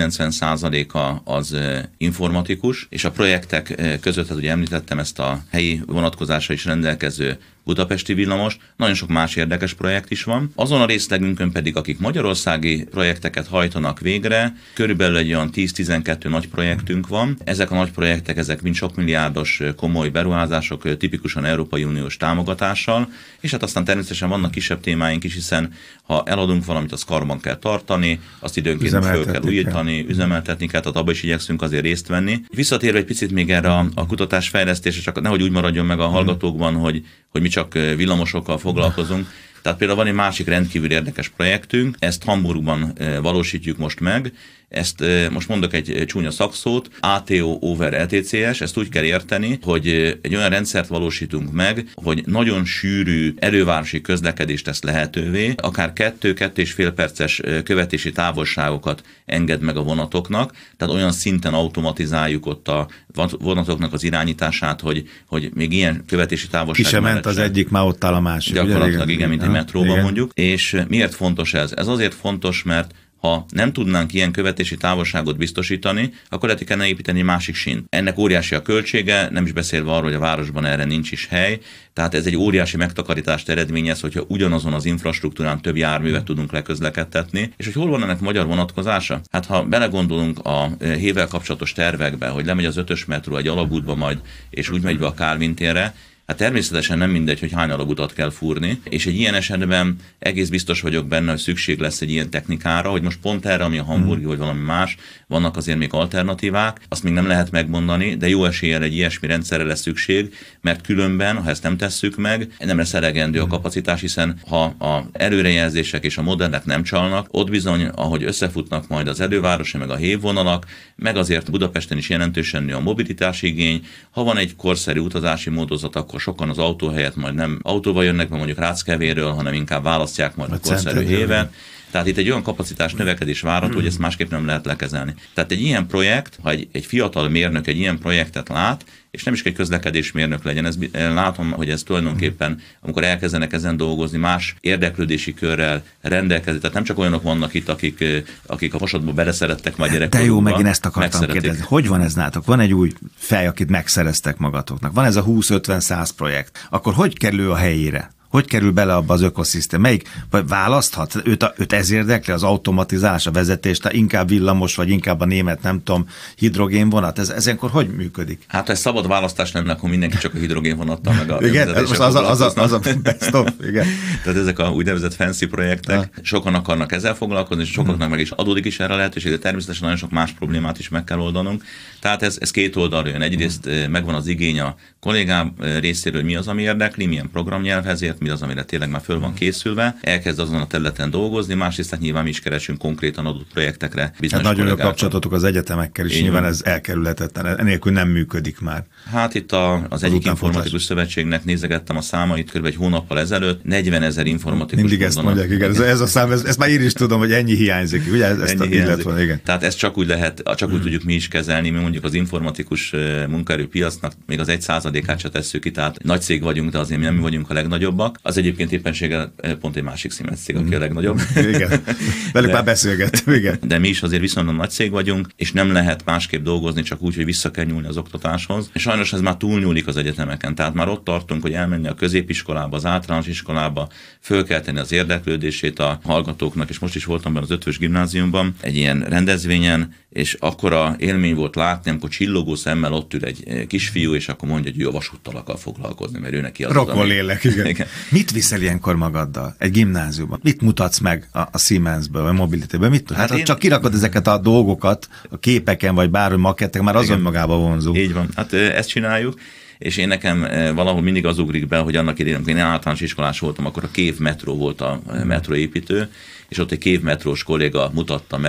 90%-a az informatikus, és a projektek között, hát ugye említettem ezt a helyi vonatkozásra is rendelkező budapesti villamos, nagyon sok más érdekes projekt is van. Azon a részlegünkön pedig, akik magyarországi projekteket hajtanak végre, körülbelül egy olyan 10-12 nagy projektünk van. Ezek a nagy projektek, ezek mind sok milliárdos komoly beruházások, tipikusan Európai Uniós támogatással, és hát aztán természetesen vannak kisebb témáink is, hiszen ha eladunk valamit, azt karban kell tartani, azt időnként föl kell újítani, üzemeltetni kell, tehát abban is igyekszünk azért részt venni. Visszatérve egy picit még erre a kutatásfejlesztésre, csak nehogy úgy maradjon meg a hallgatókban, hogy mi csak villamosokkal foglalkozunk. Tehát például van egy másik rendkívül érdekes projektünk, ezt Hamburgban valósítjuk most meg, ezt most mondok egy csúnya szakszót, ATO over LTCS, ezt úgy kell érteni, hogy egy olyan rendszert valósítunk meg, hogy nagyon sűrű elővárosi közlekedést tesz lehetővé, akár 2-2,5 perces követési távolságokat enged meg a vonatoknak, tehát olyan szinten automatizáljuk ott a vonatoknak az irányítását, hogy még ilyen követési távolság ki sem ment az egyik, már ott áll a másik. Gyakorlatilag igen, mint egy metróban mondjuk. És miért fontos ez? Ez azért fontos, mert ha nem tudnánk ilyen követési távolságot biztosítani, akkor lehet, kellene építeni másik sínt. Ennek óriási a költsége, nem is beszélve arról, hogy a városban erre nincs is hely, tehát ez egy óriási megtakarítást eredményez, hogyha ugyanazon az infrastruktúrán több járművet tudunk leközlekedtetni. És hogy hol van ennek magyar vonatkozása? Hát ha belegondolunk a hével kapcsolatos tervekbe, hogy lemegy az 5-ös metró egy alagútba majd, és úgy megy be a Kálvin térre, hát természetesen nem mindegy, hogy hány alagutat kell fúrni, és egy ilyen esetben egész biztos vagyok benne, hogy szükség lesz egy ilyen technikára, hogy most pont erre, ami a hamburgi vagy valami más, vannak azért még alternatívák, azt még nem lehet megmondani, de jó eséllyel egy ilyesmi rendszerre lesz szükség, mert különben, ha ezt nem tesszük meg, nem lesz elegendő a kapacitás, hiszen ha a előrejelzések és a modellek nem csalnak, ott bizony, ahogy összefutnak majd az elővárosi, meg a hévvonalak, meg azért Budapesten is jelentősen nő a mobilitási igény, ha van egy korszerű utazási módozat, akkor sokan az autó helyett majd nem autóval jönnek, mert mondjuk Ráckevéről, hanem inkább választják majd a korszerű hévet. Tehát itt egy olyan kapacitás növekedés várható, hogy ezt másképp nem lehet lekezelni. Tehát egy ilyen projekt, ha egy fiatal mérnök egy ilyen projektet lát, és nem is egy közlekedésmérnök legyen, látom, hogy ez tulajdonképpen, amikor elkezdenek ezen dolgozni, más érdeklődési körrel rendelkezik. Tehát nem csak olyanok vannak itt, akik a vasatba beleszerettek majd gyerekkorukba. De jó, megint ezt akartam kérdezni. Hogy van ez nálatok? Van egy új fej, akit megszereztek magatoknak. Van ez a 20-50-100 projekt. Akkor hogy kerül a helyére? Hogy kerül bele abba az ökoszisztém? Melyik választhat? Őt ez érdekli, az automatizálás, a vezetés, inkább villamos, vagy inkább a német, nem tudom, hidrogénvonat? Ez ilyenkor hogy működik? Hát ha ez szabad választás lenne, akkor mindenki csak a hidrogénvonattal meg a igen, most az a best of, igen. Tehát ezek a úgynevezett fancy projektek, sokan akarnak ezzel foglalkozni, és sokaknak meg is adódik is erre lehetőség, de természetesen nagyon sok más problémát is meg kell oldanunk. Tehát ez két oldalról jön. Egyrészt megvan az igény a kollégám részéről, hogy mi az, ami érdekli, milyen programnyelvhez ért, mi az, amire tényleg már föl van készülve, elkezd azon a területen dolgozni, másrészt hát nyilván mi is keresünk konkrétan adott projektekre. Hát nagyon jó kapcsolatotok az egyetemekkel is, nyilván ez elkerülhetetlen, enélkül nem működik már. Hát itt az egyik informatikus szövetségnek nézegettem a számait, kb. Egy hónappal ezelőtt 40 000 informatikus. Mindig ezt mondják, igen, ez a szám, ezt már én is tudom, hogy ennyi hiányzik, ugye? Igen. Tehát ezt csak úgy lehet, csak úgy tudjuk mi is kezelni, mi mondjuk az informatikus munkaerőpiacnak még az 1%-át se tesszük ki, tehát nagy cég vagyunk, de azért mi nem vagyunk a legnagyobbak. Az egyébként éppenséggel pont egy másik Siemens cég, aki a legnagyobb. Igen. Velük már beszélgettünk, igen. De mi is azért viszonylag nagy cég vagyunk, és nem lehet másképp dolgozni, csak úgy, hogy vissza kell nyúlni az oktatáshoz. És sajnos ez már túlnyúlik az egyetemeken. Tehát már ott tartunk, hogy elmenni a középiskolába, az általános iskolába, föl kell tenni az érdeklődését a hallgatóknak, és most is voltam benne az 5-ös gimnáziumban egy ilyen rendezvényen, és akkora élmény volt látni, amikor csillogó szemmel ott ül egy kisfiú, és akkor mondja, hogy ő a vasúttal akar foglalkozni, mert ő neki az Rokon lélek, igen. Mit viszel ilyenkor magaddal egy gimnáziumban? Mit mutatsz meg a Siemensből, vagy Mobilityből? Hát csak kirakod ezeket a dolgokat a képeken, vagy bárhogy maketteken, már azon magában vonzó. Így van, hát ezt csináljuk. És én nekem valahol mindig az ugrik be, hogy annak idején, amikor én általános iskolás voltam, akkor a Kév metró volt a metróépítő, és ott egy Kév metrós kolléga mutatta meg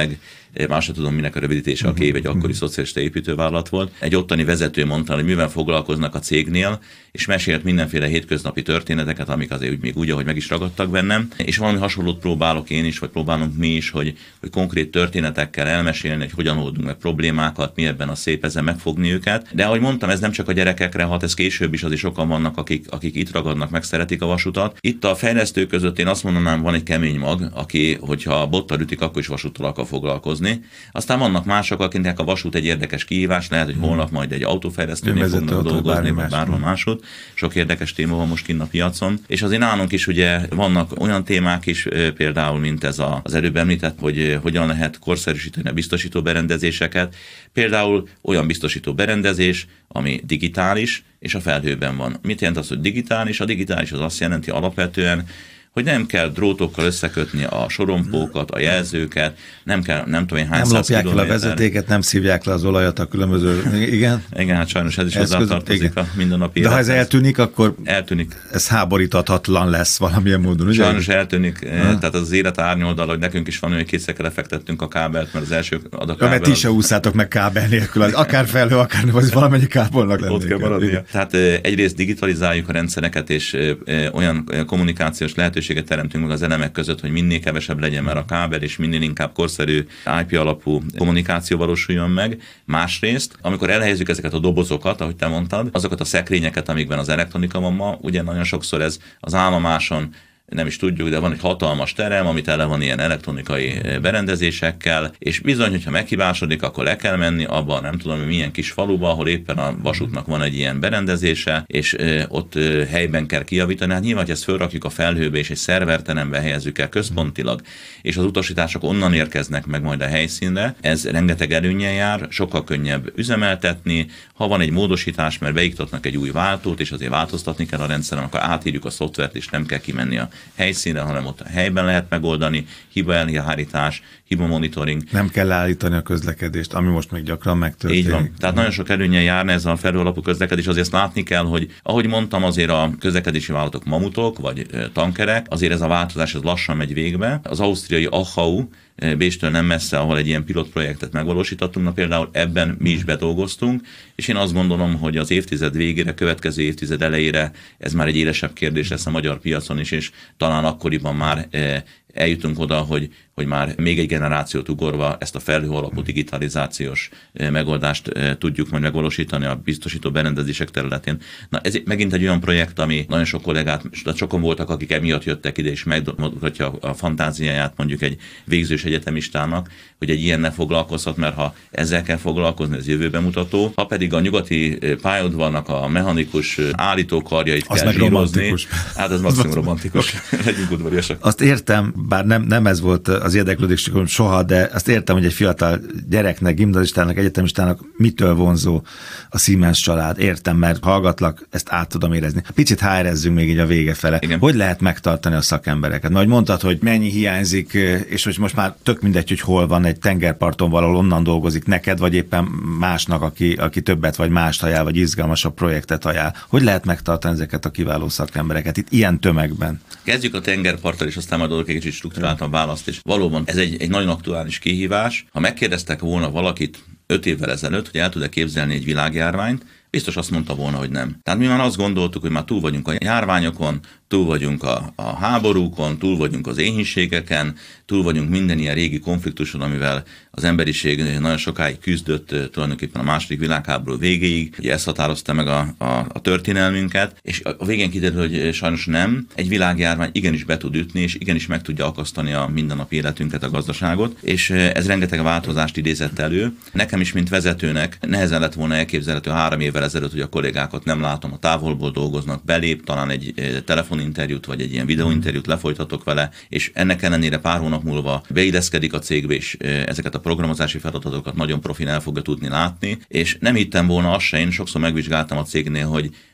más sem tudom, minek a rövidítése, a KÉV egy akkori szocialista építővállalat volt. Egy ottani vezető mondta, hogy mivel foglalkoznak a cégnél, és mesélt mindenféle hétköznapi történeteket, amik azért még úgy, ahogy meg is ragadtak bennem, és valami hasonlót próbálok én is, vagy próbálunk mi is, hogy konkrét történetekkel elmesélni, hogy hogyan oldunk meg problémákat, mi ebben a szép, ezen megfogni őket. De ahogy mondtam, ez nem csak a gyerekekre hat, ez később is azért sokan vannak, akik itt ragadnak, meg szeretik a vasutat. Itt a fejlesztők között én azt mondanám, van egy kemény mag, aki, hogyha bottal ütik, akkor is vasúttal akar foglalkozni. Aztán vannak mások, akiknek a vasút egy érdekes kihívás, lehet, hogy holnap majd egy autófejlesztőnél fognak dolgozni, vagy bárhol másod. Sok érdekes téma van most kinn a piacon. És azért nálunk is ugye vannak olyan témák is, például, mint ez az előbb említett, hogy hogyan lehet korszerűsíteni a biztosító berendezéseket. Például olyan biztosító berendezés, ami digitális, és a felhőben van. Mit jelent az, hogy digitális? A digitális az azt jelenti alapvetően, hogy nem kell drótokkal összekötni a sorompókat, a jelzőket, nem kell, nem tudom én hány száz kilométer. Nem lopják le a vezetéket, nem szívják le az olajat a különböző, igen? Igen, hát sajnos ez is hozzátartozik a mindennapi élethez. De ha ez eltűnik, akkor eltűnik. Ez háborítathatatlan lesz valamilyen módon, ugye? Sajnos eltűnik, tehát az élet árnyoldal, hogy nekünk is van, hogy kétszer lefektettünk a kábelt, mert az első kábel. Mert ti se úszátok meg kábel nélkül, akár felhő, akár valamennyi kábelnak lennék. Ott kell maradnia. Tehát egyrészt digitalizáljuk a rendszereket, és olyan kommunikációs lehetőséget teremtünk meg az elemek között, hogy minél kevesebb legyen már a kábel, és minél inkább korszerű IP alapú kommunikáció valósuljon meg. Másrészt, amikor elhelyezzük ezeket a dobozokat, ahogy te mondtad, azokat a szekrényeket, amikben az elektronika van ma, ugye nagyon sokszor ez az állomáson nem is tudjuk, de van egy hatalmas terem, ami tele van ilyen elektronikai berendezésekkel, és bizony, hogyha meghibásodik, akkor le kell menni abba, nem tudom, milyen kis faluba, ahol éppen a vasútnak van egy ilyen berendezése, és ott helyben kell kijavítani. Hát nyilván, hogy ezt fölrakjuk a felhőbe, és egy szerverterembe helyezzük el központilag, és az utasítások onnan érkeznek meg majd a helyszínre, ez rengeteg előnnyel jár, sokkal könnyebb üzemeltetni. Ha van egy módosítás, mert beiktatnak egy új váltót, és azért változtatni kell a rendszeren, akkor átírjuk a szoftvert, és nem kell kimenni a helyszínre, hanem ott a helyben lehet megoldani, hiba elhárítás, hiba monitoring. Nem kell állítani a közlekedést, ami most még gyakran megtörténik. Így van. Tehát nagyon sok előnnyel járna ez a felhő alapú közlekedés, azért látni kell, hogy ahogy mondtam, azért a közlekedési vállalatok mamutok, vagy tankerek, azért ez a változás ez lassan megy végbe. Az ausztriai Achau, Bécstől nem messze, ahol egy ilyen pilotprojektet megvalósítottunk, na például ebben mi is bedolgoztunk, és én azt gondolom, hogy az évtized végére, következő évtized elejére ez már egy élesebb kérdés lesz a magyar piacon is, és talán akkoriban már eljutunk oda, hogy már még egy generációt ugorva ezt a felhő alapú digitalizációs megoldást tudjuk majd megvalósítani a biztosító berendezések területén. Na ez megint egy olyan projekt, ami nagyon sok kollégát, sokan voltak, akik emiatt jöttek ide, és megmutatja a fantáziáját mondjuk egy végzős egyetemistának, hogy egy ilyennel foglalkozhat, mert ha ezzel kell foglalkozni, ez jövőbe mutató. Ha pedig a nyugati pályaudvarnak a mechanikus állítókarjait az kell zsírozni, hát ez maximum romantikus. Legyünk udvariasak. Azt értem, bár nem ez volt az érdeklődésünk soha, de azt értem, hogy egy fiatal gyereknek, gimnazistának, egyetemistának mitől vonzó a Siemens család. Értem, mert hallgatlak, ezt át tudom érezni. Picit HR-ezzünk még így a vége fele. Igen. Hogy lehet megtartani a szakembereket? Mert mondtad, hogy mennyi hiányzik, és hogy most már tök mindegy, hogy hol van, egy tengerparton valahol onnan dolgozik neked, vagy éppen másnak, aki többet vagy mást ajánl, vagy izgalmasabb projektet ajánl. Hogy lehet megtartani ezeket a kiváló szakembereket itt ilyen tömegben? Kezdjük a tengerparttal, és aztán majd adok egy kicsit struktúráltan választ, és valóban ez egy nagyon aktuális kihívás. Ha megkérdeztek volna valakit 5 évvel ezelőtt, hogy el tud-e képzelni egy világjárványt, biztos azt mondta volna, hogy nem. Tehát mi már azt gondoltuk, hogy már túl vagyunk a járványokon, túl vagyunk a háborúkon, túl vagyunk az éhínségeken, túl vagyunk minden ilyen régi konfliktuson, amivel az emberiség nagyon sokáig küzdött, tulajdonképpen a második világháború végéig. Ugye ezt határozta meg a történelmünket, és a végén kiderül, hogy sajnos nem. Egy világjárvány igenis be tud ütni, és igenis meg tudja akasztani a mindennapi életünket, a gazdaságot, és ez rengeteg változást idézett elő. Nekem is, mint vezetőnek nehezen lett volna elképzelhető 3 évvel ezelőtt, hogy a kollégákat nem látom, a távolból dolgoznak, belép, talán egy telefoninterjút vagy egy ilyen videóinterjút lefolytatok vele, és ennek ellenére pár hónap múlva beilleszkedik a cégbe, és ezeket a programozási feladatokat nagyon profin el fogja tudni látni, és nem hittem volna azt se, én sokszor megvizsgáltam a cégnél,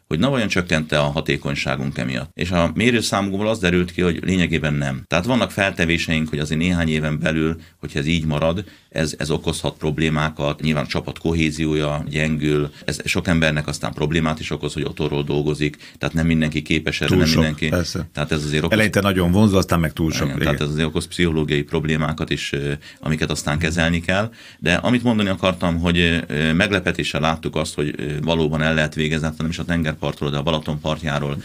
hogy na vajon csökkente a hatékonyságunk emiatt. És a mérőszámunkból az derült ki, hogy lényegében nem. Tehát vannak feltevéseink, hogy azért néhány éven belül, hogyha ez így marad, ez okozhat problémákat, nyilván a csapat kohéziója gyengül, ez sok embernek aztán problémát is okoz, hogy otthonról dolgozik, tehát nem mindenki képes erre, nem mindenki. Persze. Tehát ez azért okoz, eleinte nagyon vonzó, aztán meg túl sok. Tehát ez azért okoz pszichológiai problémákat is, amiket aztán kezelni kell. De amit mondani akartam, hogy meglepetéssel láttuk azt, hogy valóban el lehet végezni, nem is a tengerpartról, de a Balaton partjáról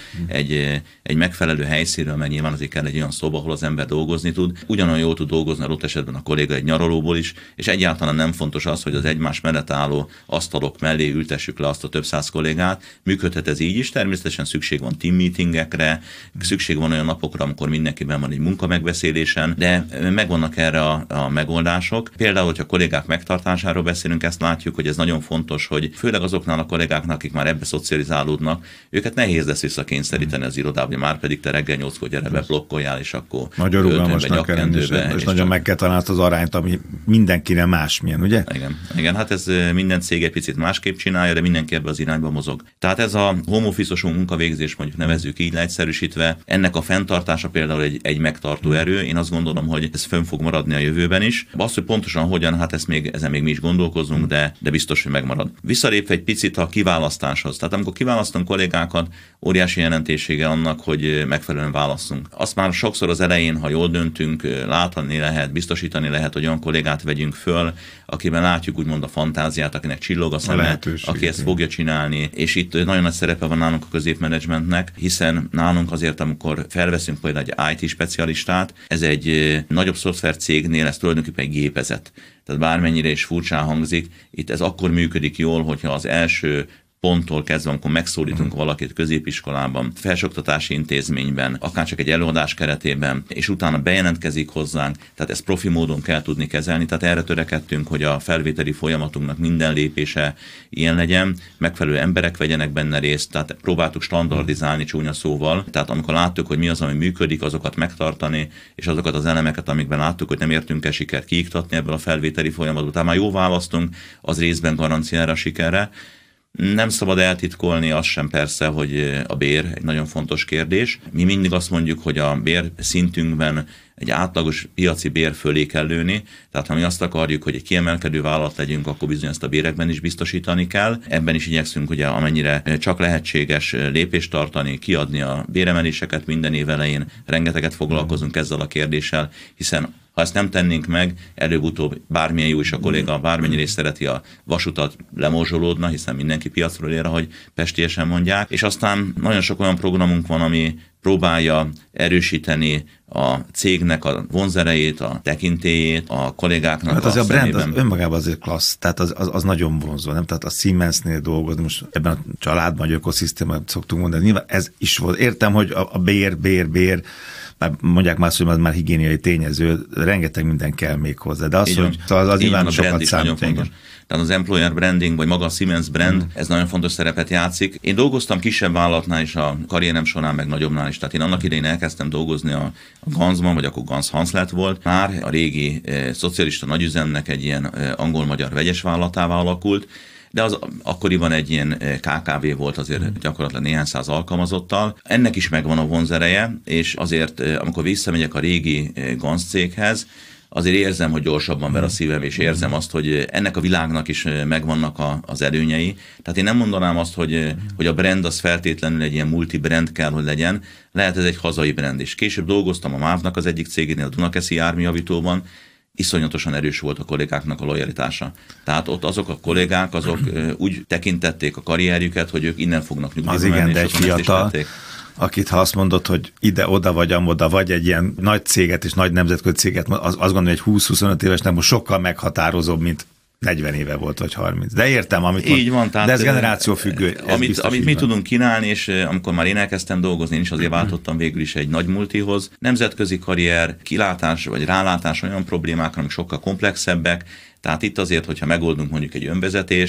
egy megfelelő helyszínről, mert nyilván azért kell egy olyan szoba, ahol az ember dolgozni tud. Ugyanolyan jól tud dolgozni adott esetben a kolléga egy nyaralóból is, és egyáltalán nem fontos az, hogy az egymás mellett álló asztalok mellé ültessük le azt a több száz kollégát. Működhet ez így is, természetesen szükség van team meetingekre, szükség van olyan napokra, amikor mindenkiben van egy munkamegbeszélésen, de megvannak erre a megoldások. Például, hogyha kollégák megtartásáról beszélünk, ezt látjuk, hogy ez nagyon fontos, hogy főleg azoknál a kollégáknak, akik már ebbe szocializálódnak, őket nehéz lesz visszakényszeríteni az irodába, már pedig te reggel 8-kor gyere be, blokkoljál, és akkor nagyon rugalmasnak kell lenni, és nagyon meg kell találni az arányt, ami mindenkire másmilyen, ugye? Igen, hát ez minden cég egy picit másképp csinálja, de mindenki ebbe az irányba mozog. Tehát ez a home office-os munkavégzés, mondjuk nevezzük így leegyszerűsítve, ennek a fenntartása például egy megtartó erő. Én azt gondolom, hogy ez fönn fog maradni a jövőben is. Az, hogy pontosan hogyan, hát ezen még mi is gondolkozunk, de biztos, hogy megmarad. Visszalépve egy picit a kiválasztáshoz. Tehát amikor kiválasztunk kollégákat, óriási jelentősége annak, hogy megfelelően válasszunk. Azt már sokszor az elején, ha jól döntünk, látni lehet, biztosítani lehet, hogy olyan kollégát vegyünk föl, akiben látjuk úgymond a fantáziát, akinek csillog a szeme, aki ezt fogja csinálni. És itt nagyon nagy szerepe van nálunk a középmenedzsmentnek, hiszen nálunk azért, amikor felveszünk például egy IT specialistát, ez egy nagyobb szoftvercégnél ez tulajdonképpen egy gépezet. Tehát bármennyire is furcsán hangzik, itt ez akkor működik jól, hogyha az első ponttól kezdve, amikor megszólítunk valakit középiskolában, felsőoktatási intézményben, akár csak egy előadás keretében, és utána bejelentkezik hozzánk, tehát ezt profi módon kell tudni kezelni, tehát erre törekedtünk, hogy a felvételi folyamatunknak minden lépése ilyen legyen, megfelelő emberek vegyenek benne részt, tehát próbáltuk standardizálni csúnya szóval, tehát amikor láttuk, hogy mi az, ami működik, azokat megtartani, és azokat az elemeket, amikben láttuk, hogy nem értünk el sikert, kiiktatni ebből a felvételi folyamatból. Tehát már jó választunk, az részben garanciára sikerre. Nem szabad eltitkolni azt sem persze, hogy a bér egy nagyon fontos kérdés. Mi mindig azt mondjuk, hogy a bér szintünkben egy átlagos piaci bér fölé kell lőni, tehát ha mi azt akarjuk, hogy egy kiemelkedő vállalat legyünk, akkor bizony ezt a bérekben is biztosítani kell. Ebben is igyekszünk ugye amennyire csak lehetséges lépést tartani, kiadni a béremeléseket minden év elején. Rengeteget foglalkozunk ezzel a kérdéssel, hiszen ha ezt nem tennénk meg, előbb-utóbb bármilyen jó is a kolléga, bármennyire is szereti a vasutat, lemorzsolódna, hiszen mindenki piacról ér, ahogy pestiesen mondják. És aztán nagyon sok olyan programunk van, ami próbálja erősíteni a cégnek a vonzerejét, a tekintélyét, a kollégáknak hát a brand az önmagában azért klassz, tehát az nagyon vonzó, nem? Tehát a Siemensnél dolgozni, most ebben a családban, vagy ökoszisztémában szoktunk mondani, nyilván ez is volt. Értem, hogy a bér, már mondják más, hogy az már higiéniai tényező, rengeteg minden kell még hozzá, de az, hogy az nyilván sokat számít. Tehát az employer branding, vagy maga a Siemens brand, ez nagyon fontos szerepet játszik. Én dolgoztam kisebb vállalatnál is a karrierem során, meg nagyobbnál is. Tehát én annak idején elkezdtem dolgozni a Ganzban, vagy akkor Ganz Hanslet volt. Már a régi szocialista nagyüzemnek egy ilyen angol-magyar vegyes vállalatává alakult, de az akkoriban egy ilyen KKV volt azért gyakorlatilag néhány száz alkalmazottal. Ennek is megvan a vonzereje, és azért, amikor visszamegyek a régi Ganz céghez, azért érzem, hogy gyorsabban ver a szívem, és érzem azt, hogy ennek a világnak is megvannak az előnyei. Tehát én nem mondanám azt, hogy a brand az feltétlenül egy ilyen multi-brand kell, hogy legyen. Lehet ez egy hazai brand is. Később dolgoztam a MÁV-nak az egyik cégénél, a Dunakeszi járműjavítóban, iszonyatosan erős volt a kollégáknak a lojalitása. Tehát ott azok a kollégák, azok úgy tekintették a karrierjüket, hogy ők innen fognak nyugdíjba menni. Az igen, de egy fiatal, akit ha azt mondod, hogy ide-oda vagy amoda, vagy egy ilyen nagy céget és nagy nemzetközi céget, azt gondolom, hogy egy 20-25 évesnek most sokkal meghatározóbb, mint 40 éve volt, vagy 30. De értem, amit így van, tehát, de ez generációfüggő. Amit mi tudunk kínálni, és amikor már én elkezdtem dolgozni, én is azért váltottam végül is egy nagy multihoz. Nemzetközi karrier, kilátás vagy rálátás olyan problémákra, amik sokkal komplexebbek. Tehát itt azért, hogyha megoldunk mondjuk egy önvezetést,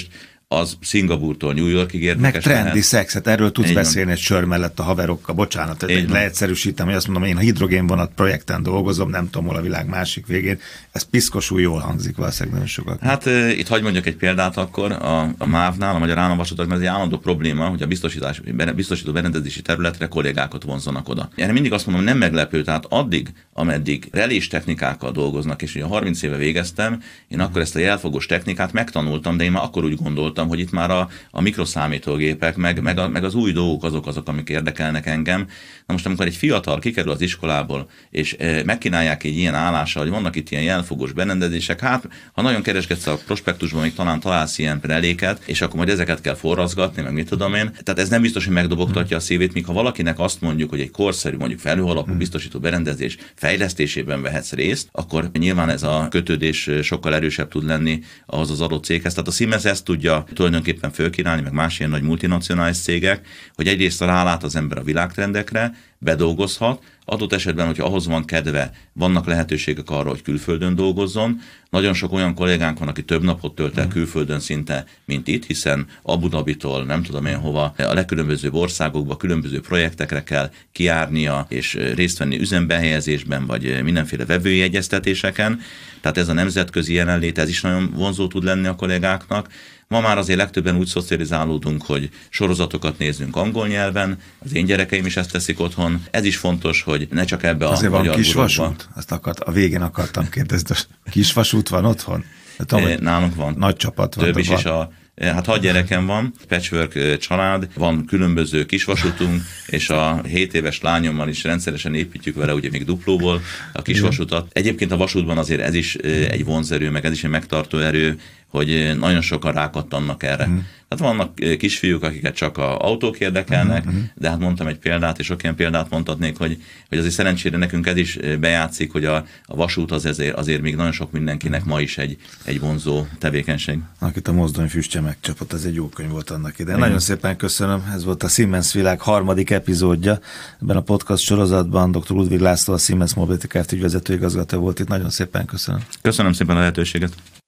az Szingapúrtól New Yorkig érdekes. Meg trendi szexet, erről tudsz beszélni egy sör mellett a haverokkal, bocsánat, leegyszerűsítem, hogy azt mondom, én a hidrogénvonat projekten dolgozom, nem tudom, hol a világ másik végén, ez piszkosul jól hangzik valószínűleg nagyon sokat. Hát itt hagy mondjak egy példát akkor, a MÁV-nál, a Magyar Államvasutaknál ez egy állandó probléma, hogy a biztosító berendezési területre kollégákat vonzanak oda. Erre mindig azt mondom, nem meglepő, tehát addig, ameddig relés technikákkal dolgoznak, és ugye 30 éve végeztem, én akkor ezt a jelfogos technikát megtanultam, de én már akkor úgy gondoltam, hogy itt már a mikroszámítógépek, meg az új dolgok azok, amik érdekelnek engem. Na most, amikor egy fiatal kikerül az iskolából, és megkínálják egy ilyen állással, hogy vannak itt ilyen jelfogos berendezések, hát ha nagyon kereskedsz a prospektusban, még talán találsz ilyen reléket, és akkor majd ezeket kell forrazgatni, meg mit tudom én. Tehát ez nem biztos, hogy megdobogtatja a szívét, míg ha valakinek azt mondjuk, hogy egy korszerű, mondjuk felhőalapú biztosító berendezés fejlesztésében vehetsz részt, akkor nyilván ez a kötődés sokkal erősebb tud lenni ahhoz az adott céghez. Tehát a Siemens ezt tudja tulajdonképpen fölkínálni, meg más ilyen nagy multinacionális cégek, hogy egyrészt rálát az ember a világtrendekre, bedolgozhat, adott esetben, hogyha ahhoz van kedve, vannak lehetőségek arra, hogy külföldön dolgozzon. Nagyon sok olyan kollégánk van, aki több napot tölt el külföldön szinte, mint itt, hiszen Abu Dhabitól nem tudom én hova, a legkülönbözőbb országokba, különböző projektekre kell kijárnia, és részt venni üzembehelyezésben, vagy mindenféle vevői egyeztetéseken. Tehát ez a nemzetközi jelenlét, ez is nagyon vonzó tud lenni a kollégáknak. Ma már azért legtöbben úgy szocializálódunk, hogy sorozatokat nézzünk angol nyelven, az én gyerekeim is ezt teszik otthon. Ez is fontos, hogy ne csak ebbe azért a magyar van kisvasút? A végén akartam kérdezni, kisvasút van otthon? Tudom, nálunk van. Nagy csapat van. Több is, hát 6 gyerekem van, patchwork család, van különböző kisvasutunk, és a 7 éves lányommal is rendszeresen építjük vele, ugye még duplóból a kisvasutat. Egyébként a vasútban azért ez is egy vonzerő, meg ez is egy megtartó erő, hogy nagyon sokan rákattannak erre. Tehát vannak kisfiúk, akiket csak az autók érdekelnek, de hát mondtam egy példát, és sok ilyen példát mondhatnék, hogy azért szerencsére nekünk ez is bejátszik, hogy a vasút azért még nagyon sok mindenkinek ma is egy vonzó tevékenység. Akit a mozdonyfüstje megcsapott, ez egy jó könyv volt annak idején. Nagyon szépen köszönöm, ez volt a Siemens Világ harmadik epizódja. Ebben a podcast sorozatban dr. Ludwig László, a Siemens Mobility Kft. Ügyvezető igazgató volt itt. Nagyon szépen köszönöm. Köszönöm szépen a lehetőséget.